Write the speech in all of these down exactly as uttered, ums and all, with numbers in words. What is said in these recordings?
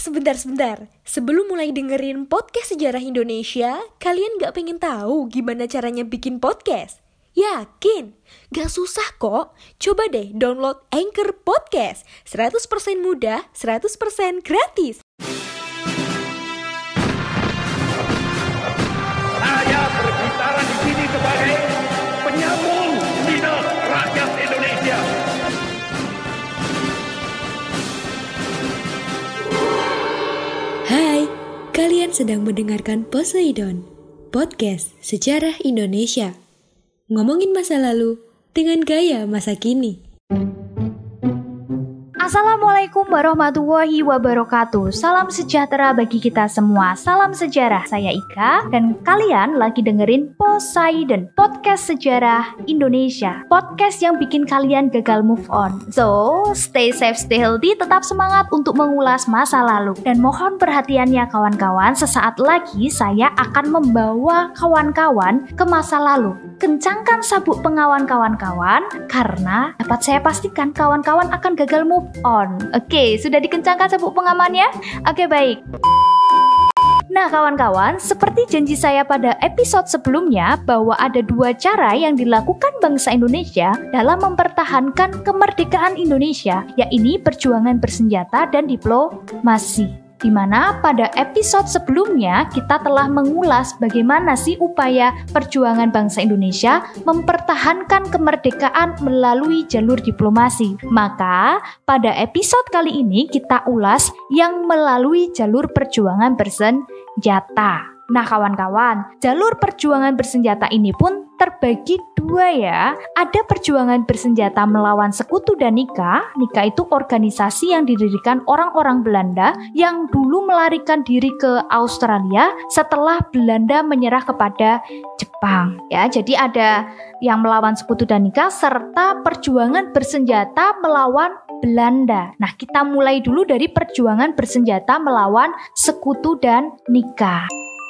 sebentar-sebentar. Sebelum mulai dengerin podcast sejarah Indonesia, kalian gak pengen tahu gimana caranya bikin podcast? Yakin? Gak susah kok. Coba deh download Anchor Podcast. seratus persen mudah, seratus persen gratis. Saya berbicara di sini sebagai penyambung lidah rakyat Indonesia. Hai, kalian sedang mendengarkan Poseidon, podcast sejarah Indonesia. Ngomongin masa lalu dengan gaya masa kini. Assalamualaikum warahmatullahi wabarakatuh. Salam sejahtera bagi kita semua. Salam sejarah, saya Ika. Dan kalian lagi dengerin Poseidon, podcast sejarah Indonesia. Podcast yang bikin kalian gagal move on. So, stay safe, stay healthy. Tetap semangat untuk mengulas masa lalu. Dan mohon perhatiannya kawan-kawan. Sesaat lagi saya akan membawa kawan-kawan ke masa lalu. Kencangkan sabuk pengawan kawan-kawan, karena dapat saya pastikan kawan-kawan akan gagal move on. Oke, sudah dikencangkan sabuk pengamannya? Oke, baik. Nah kawan-kawan, seperti janji saya pada episode sebelumnya bahwa ada dua cara yang dilakukan bangsa Indonesia dalam mempertahankan kemerdekaan Indonesia, yaitu perjuangan bersenjata dan diplomasi. Di mana pada episode sebelumnya kita telah mengulas bagaimana sih upaya perjuangan bangsa Indonesia mempertahankan kemerdekaan melalui jalur diplomasi. Maka pada episode kali ini kita ulas yang melalui jalur perjuangan bersenjata. Nah kawan-kawan, jalur perjuangan bersenjata ini pun terbagi dua ya. Ada perjuangan bersenjata melawan Sekutu dan Nika. Nika itu organisasi yang didirikan orang-orang Belanda yang dulu melarikan diri ke Australia setelah Belanda menyerah kepada Jepang. Ya, jadi ada yang melawan Sekutu dan Nika serta perjuangan bersenjata melawan Belanda. Nah, kita mulai dulu dari perjuangan bersenjata melawan Sekutu dan Nika.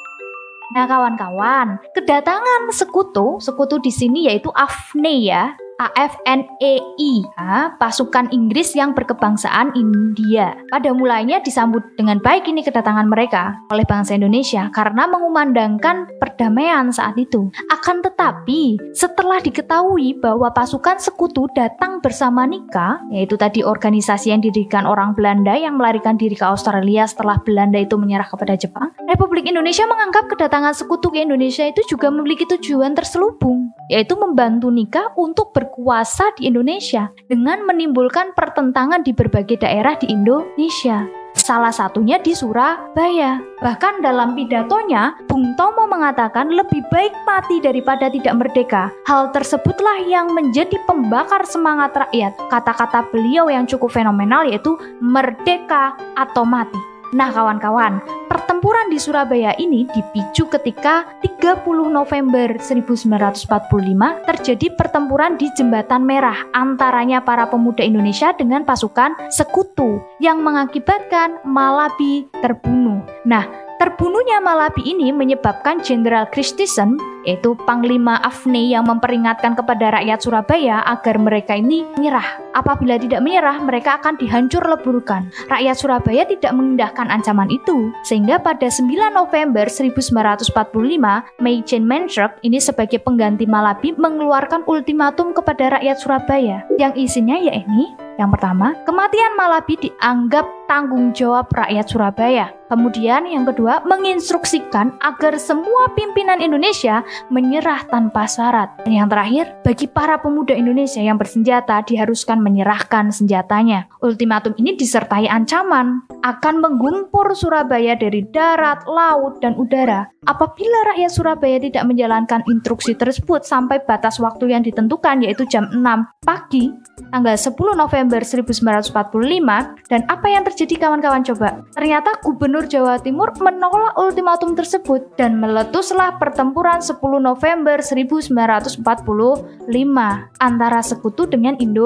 Nah kawan-kawan, kedatangan sekutu, sekutu di sini yaitu A F N E ya, A F N E I, nah, pasukan Inggris yang berkebangsaan India. Pada mulanya disambut dengan baik ini kedatangan mereka oleh bangsa Indonesia karena mengumandangkan perdamaian saat itu. Akan tetapi setelah diketahui bahwa pasukan sekutu datang bersama Nika, yaitu tadi organisasi yang didirikan orang Belanda yang melarikan diri ke Australia setelah Belanda itu menyerah kepada Jepang, Republik Indonesia menganggap kedatangan sekutu ke Indonesia itu juga memiliki tujuan terselubung, yaitu membantu Nika untuk berkuasa di Indonesia dengan menimbulkan pertentangan di berbagai daerah di Indonesia. Salah satunya di Surabaya. Bahkan dalam pidatonya, Bung Tomo mengatakan lebih baik mati daripada tidak merdeka. Hal tersebutlah yang menjadi pembakar semangat rakyat. Kata-kata beliau yang cukup fenomenal yaitu merdeka atau mati. Nah kawan-kawan, pertempuran di Surabaya ini dipicu ketika tiga puluh November seribu sembilan ratus empat puluh lima terjadi pertempuran di Jembatan Merah antaranya para pemuda Indonesia dengan pasukan sekutu yang mengakibatkan Malabi terbunuh. Nah, terbunuhnya Malabi ini menyebabkan Jenderal Christison, yaitu Panglima A F N E yang memperingatkan kepada rakyat Surabaya agar mereka ini menyerah. Apabila tidak menyerah, mereka akan dihancur leburkan. Rakyat Surabaya tidak mengindahkan ancaman itu, sehingga pada sembilan November seribu sembilan ratus empat puluh lima, Maijen Mansberg ini sebagai pengganti Malabi mengeluarkan ultimatum kepada rakyat Surabaya, yang isinya yaitu yang pertama, kematian Malabi dianggap tanggung jawab rakyat Surabaya. Kemudian yang kedua, menginstruksikan agar semua pimpinan Indonesia menyerah tanpa syarat. Dan yang terakhir, bagi para pemuda Indonesia yang bersenjata diharuskan menyerahkan senjatanya. Ultimatum ini disertai ancaman akan menggumpur Surabaya dari darat, laut, dan udara. Apabila rakyat Surabaya tidak menjalankan instruksi tersebut sampai batas waktu yang ditentukan yaitu jam enam pagi tanggal sepuluh November seribu sembilan ratus empat puluh lima, dan apa yang terjadi kawan-kawan coba? Ternyata Gubernur Jawa Timur menolak ultimatum tersebut dan meletuslah pertempuran sepuluh November seribu sembilan ratus empat puluh lima antara sekutu dengan Indonesia.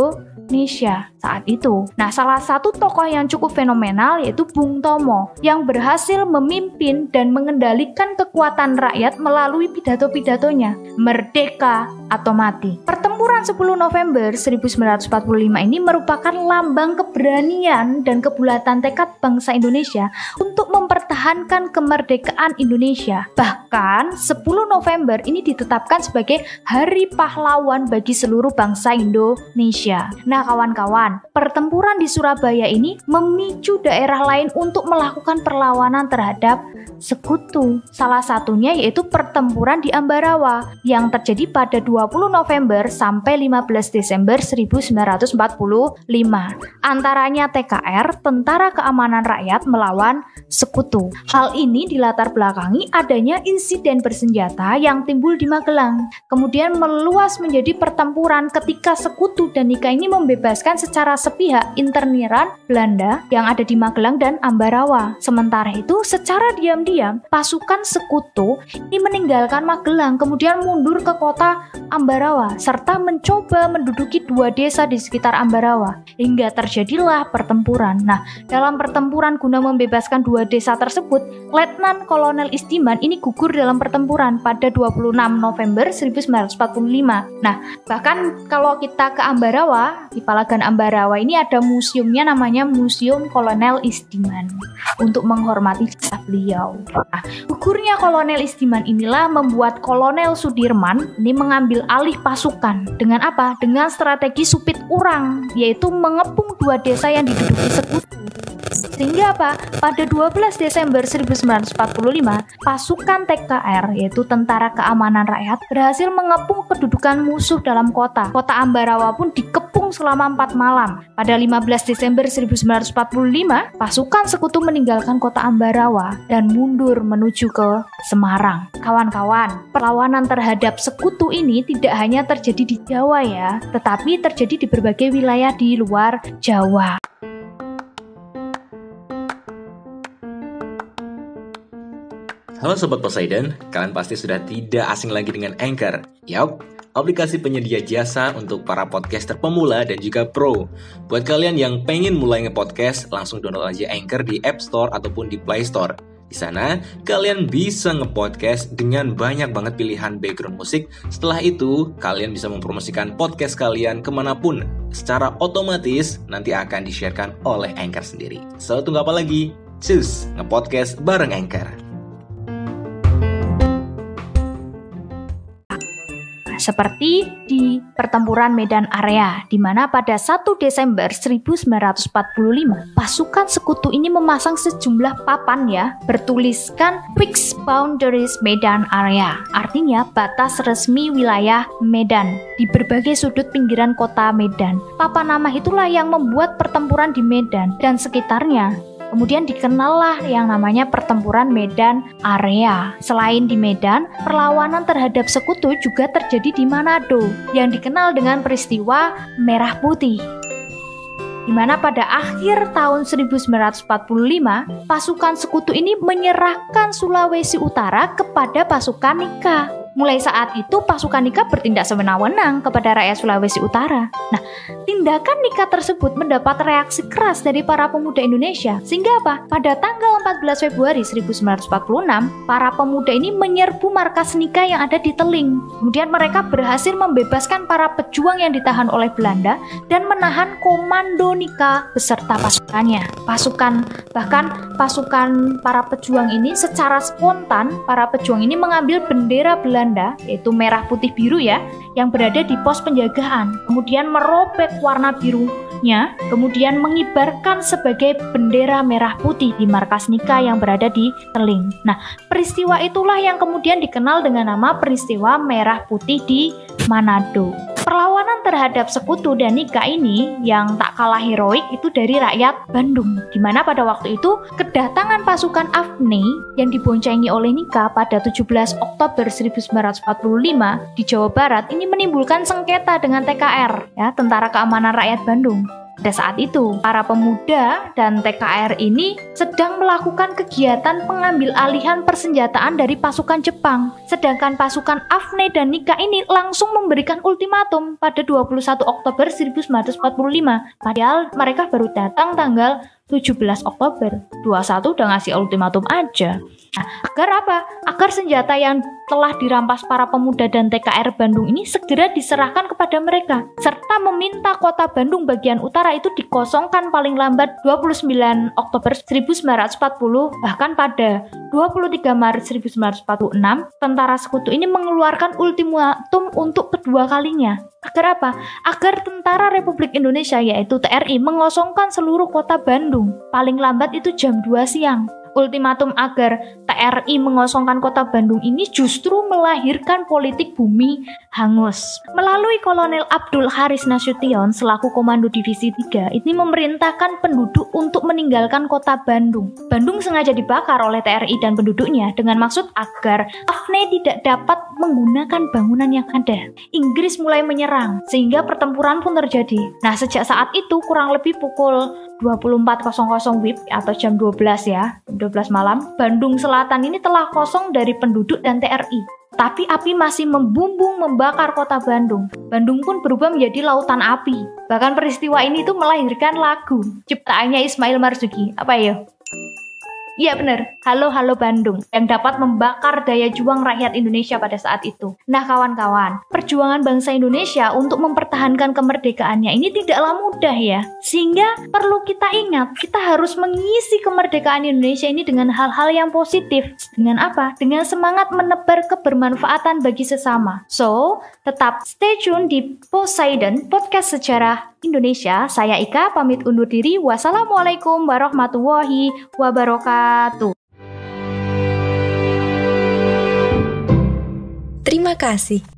Indonesia saat itu. Nah, salah satu tokoh yang cukup fenomenal yaitu Bung Tomo yang berhasil memimpin dan mengendalikan kekuatan rakyat melalui pidato-pidatonya, merdeka atau mati. Pertempuran sepuluh November seribu sembilan ratus empat puluh lima ini merupakan lambang keberanian dan kebulatan tekad bangsa Indonesia untuk mempertahankan kemerdekaan Indonesia. Bahkan sepuluh November ini ditetapkan sebagai Hari Pahlawan bagi seluruh bangsa Indonesia. Nah, kawan-kawan, pertempuran di Surabaya ini memicu daerah lain untuk melakukan perlawanan terhadap sekutu. Salah satunya yaitu pertempuran di Ambarawa yang terjadi pada dua puluh November sampai lima belas Desember seribu sembilan ratus empat puluh lima. Antaranya T K R, Tentara Keamanan Rakyat melawan sekutu. Hal ini dilatar belakangi adanya insiden bersenjata yang timbul di Magelang. Kemudian meluas menjadi pertempuran ketika sekutu dan Nika ini membebaskan secara sepihak interniran Belanda yang ada di Magelang dan Ambarawa. Sementara itu, secara diam-diam pasukan sekutu ini meninggalkan Magelang kemudian mundur ke kota Ambarawa serta mencoba menduduki dua desa di sekitar Ambarawa hingga terjadilah pertempuran. Nah, dalam pertempuran guna membebaskan dua desa tersebut, Letnan Kolonel Istiman ini gugur dalam pertempuran pada dua puluh enam November seribu sembilan ratus empat puluh lima. Nah, bahkan kalau kita ke Ambarawa, di Palagan Ambarawa ini ada museumnya namanya Museum Kolonel Istiman untuk menghormati jasa beliau. Nah, gugurnya Kolonel Istiman inilah membuat Kolonel Sudirman ini mengambil alih pasukan. Dengan apa? Dengan strategi supit urang, yaitu mengepung dua desa yang diduduki sekutu. Sehingga apa? Pada dua belas Desember seribu sembilan ratus empat puluh lima, pasukan T K R yaitu Tentara Keamanan Rakyat berhasil mengepung kedudukan musuh dalam kota. Kota Ambarawa pun dikepung selama empat malam. Pada lima belas Desember seribu sembilan ratus empat puluh lima, pasukan sekutu meninggalkan kota Ambarawa dan mundur menuju ke Semarang. Kawan-kawan, perlawanan terhadap sekutu ini tidak hanya terjadi di Jawa ya, tetapi terjadi di berbagai wilayah di luar Jawa. Halo Sobat Poseidon, kalian pasti sudah tidak asing lagi dengan Anchor. Yap, aplikasi penyedia jasa untuk para podcaster pemula dan juga pro. Buat kalian yang pengen mulai nge-podcast, langsung download aja Anchor di App Store ataupun di Play Store. Di sana, kalian bisa nge-podcast dengan banyak banget pilihan background musik. Setelah itu, kalian bisa mempromosikan podcast kalian kemanapun. Secara otomatis, nanti akan di-sharekan oleh Anchor sendiri. So, tunggu apa lagi? Cus, nge-podcast bareng Anchor. Seperti di pertempuran Medan Area, di mana pada satu Desember seribu sembilan ratus empat puluh lima, pasukan sekutu ini memasang sejumlah papan ya, bertuliskan Fixed Boundaries Medan Area, artinya batas resmi wilayah Medan, di berbagai sudut pinggiran kota Medan. Papan nama itulah yang membuat pertempuran di Medan dan sekitarnya kemudian dikenallah yang namanya pertempuran Medan Area. Selain di Medan, perlawanan terhadap sekutu juga terjadi di Manado yang dikenal dengan peristiwa Merah Putih, di mana pada akhir tahun seribu sembilan ratus empat puluh lima, pasukan sekutu ini menyerahkan Sulawesi Utara kepada pasukan Nika. Mulai saat itu pasukan Nika bertindak sewenang-wenang kepada rakyat Sulawesi Utara. Nah, tindakan Nika tersebut mendapat reaksi keras dari para pemuda Indonesia. Sehingga apa? Pada tanggal empat belas Februari seribu sembilan ratus empat puluh enam, para pemuda ini menyerbu markas Nika yang ada di Teling. Kemudian mereka berhasil membebaskan para pejuang yang ditahan oleh Belanda dan menahan komando Nika beserta pasukannya. Pasukan bahkan pasukan para pejuang ini secara spontan, para pejuang ini mengambil bendera Belanda, yaitu merah putih biru ya, yang berada di pos penjagaan, kemudian merobek warna birunya, kemudian mengibarkan sebagai bendera merah putih di markas Nika yang berada di Teling. Nah, peristiwa itulah yang kemudian dikenal dengan nama peristiwa Merah Putih di Manado. Perlawanan terhadap sekutu dan Nika ini yang tak kalah heroik itu dari rakyat Bandung, di mana pada waktu itu kedatangan pasukan A F N I yang diboncengi oleh Nika pada tujuh belas Oktober seribu sembilan ratus empat puluh lima di Jawa Barat ini menimbulkan sengketa dengan T K R, ya, Tentara Keamanan Rakyat Bandung. Pada saat itu, para pemuda dan T K R ini sedang melakukan kegiatan pengambil alihan persenjataan dari pasukan Jepang. Sedangkan pasukan Afne dan Nika ini langsung memberikan ultimatum pada dua puluh satu Oktober seribu sembilan ratus empat puluh lima. Padahal mereka baru datang tanggal tujuh belas Oktober. dua puluh satu udah ngasih ultimatum aja. Nah, agar apa? Agar senjata yang telah dirampas para pemuda dan T K R Bandung ini segera diserahkan kepada mereka, serta meminta kota Bandung bagian utara itu dikosongkan paling lambat dua puluh sembilan Oktober seribu sembilan ratus empat puluh. Bahkan pada dua puluh tiga Maret seribu sembilan ratus empat puluh enam, tentara sekutu ini mengeluarkan ultimatum untuk kedua kalinya. Agar apa? Agar tentara Republik Indonesia yaitu T R I mengosongkan seluruh kota Bandung paling lambat itu jam dua siang. Ultimatum agar T R I mengosongkan kota Bandung ini justru melahirkan politik bumi hangus. Melalui Kolonel Abdul Haris Nasution selaku Komando Divisi tiga, ini memerintahkan penduduk untuk meninggalkan kota Bandung. Bandung sengaja dibakar oleh T R I dan penduduknya dengan maksud agar Afne tidak dapat menggunakan bangunan yang ada. Inggris mulai menyerang sehingga pertempuran pun terjadi. Nah, sejak saat itu kurang lebih pukul dua puluh empat W I B atau jam dua belas ya, dua belas malam, Bandung Selatan ini telah kosong dari penduduk dan T R I. Tapi api masih membumbung membakar kota Bandung. Bandung pun berubah menjadi lautan api. Bahkan peristiwa ini tuh melahirkan lagu ciptaannya Ismail Marzuki. Apa ya? Iya benar, Halo Halo Bandung, yang dapat membakar daya juang rakyat Indonesia pada saat itu. Nah kawan-kawan, perjuangan bangsa Indonesia untuk mempertahankan kemerdekaannya ini tidaklah mudah ya. Sehingga perlu kita ingat, kita harus mengisi kemerdekaan Indonesia ini dengan hal-hal yang positif. Dengan apa? Dengan semangat menebar kebermanfaatan bagi sesama. So, tetap stay tune di Poseidon, podcast sejarah Indonesia. Saya Ika, pamit undur diri. Wassalamualaikum warahmatullahi wabarakatuh. Terima kasih.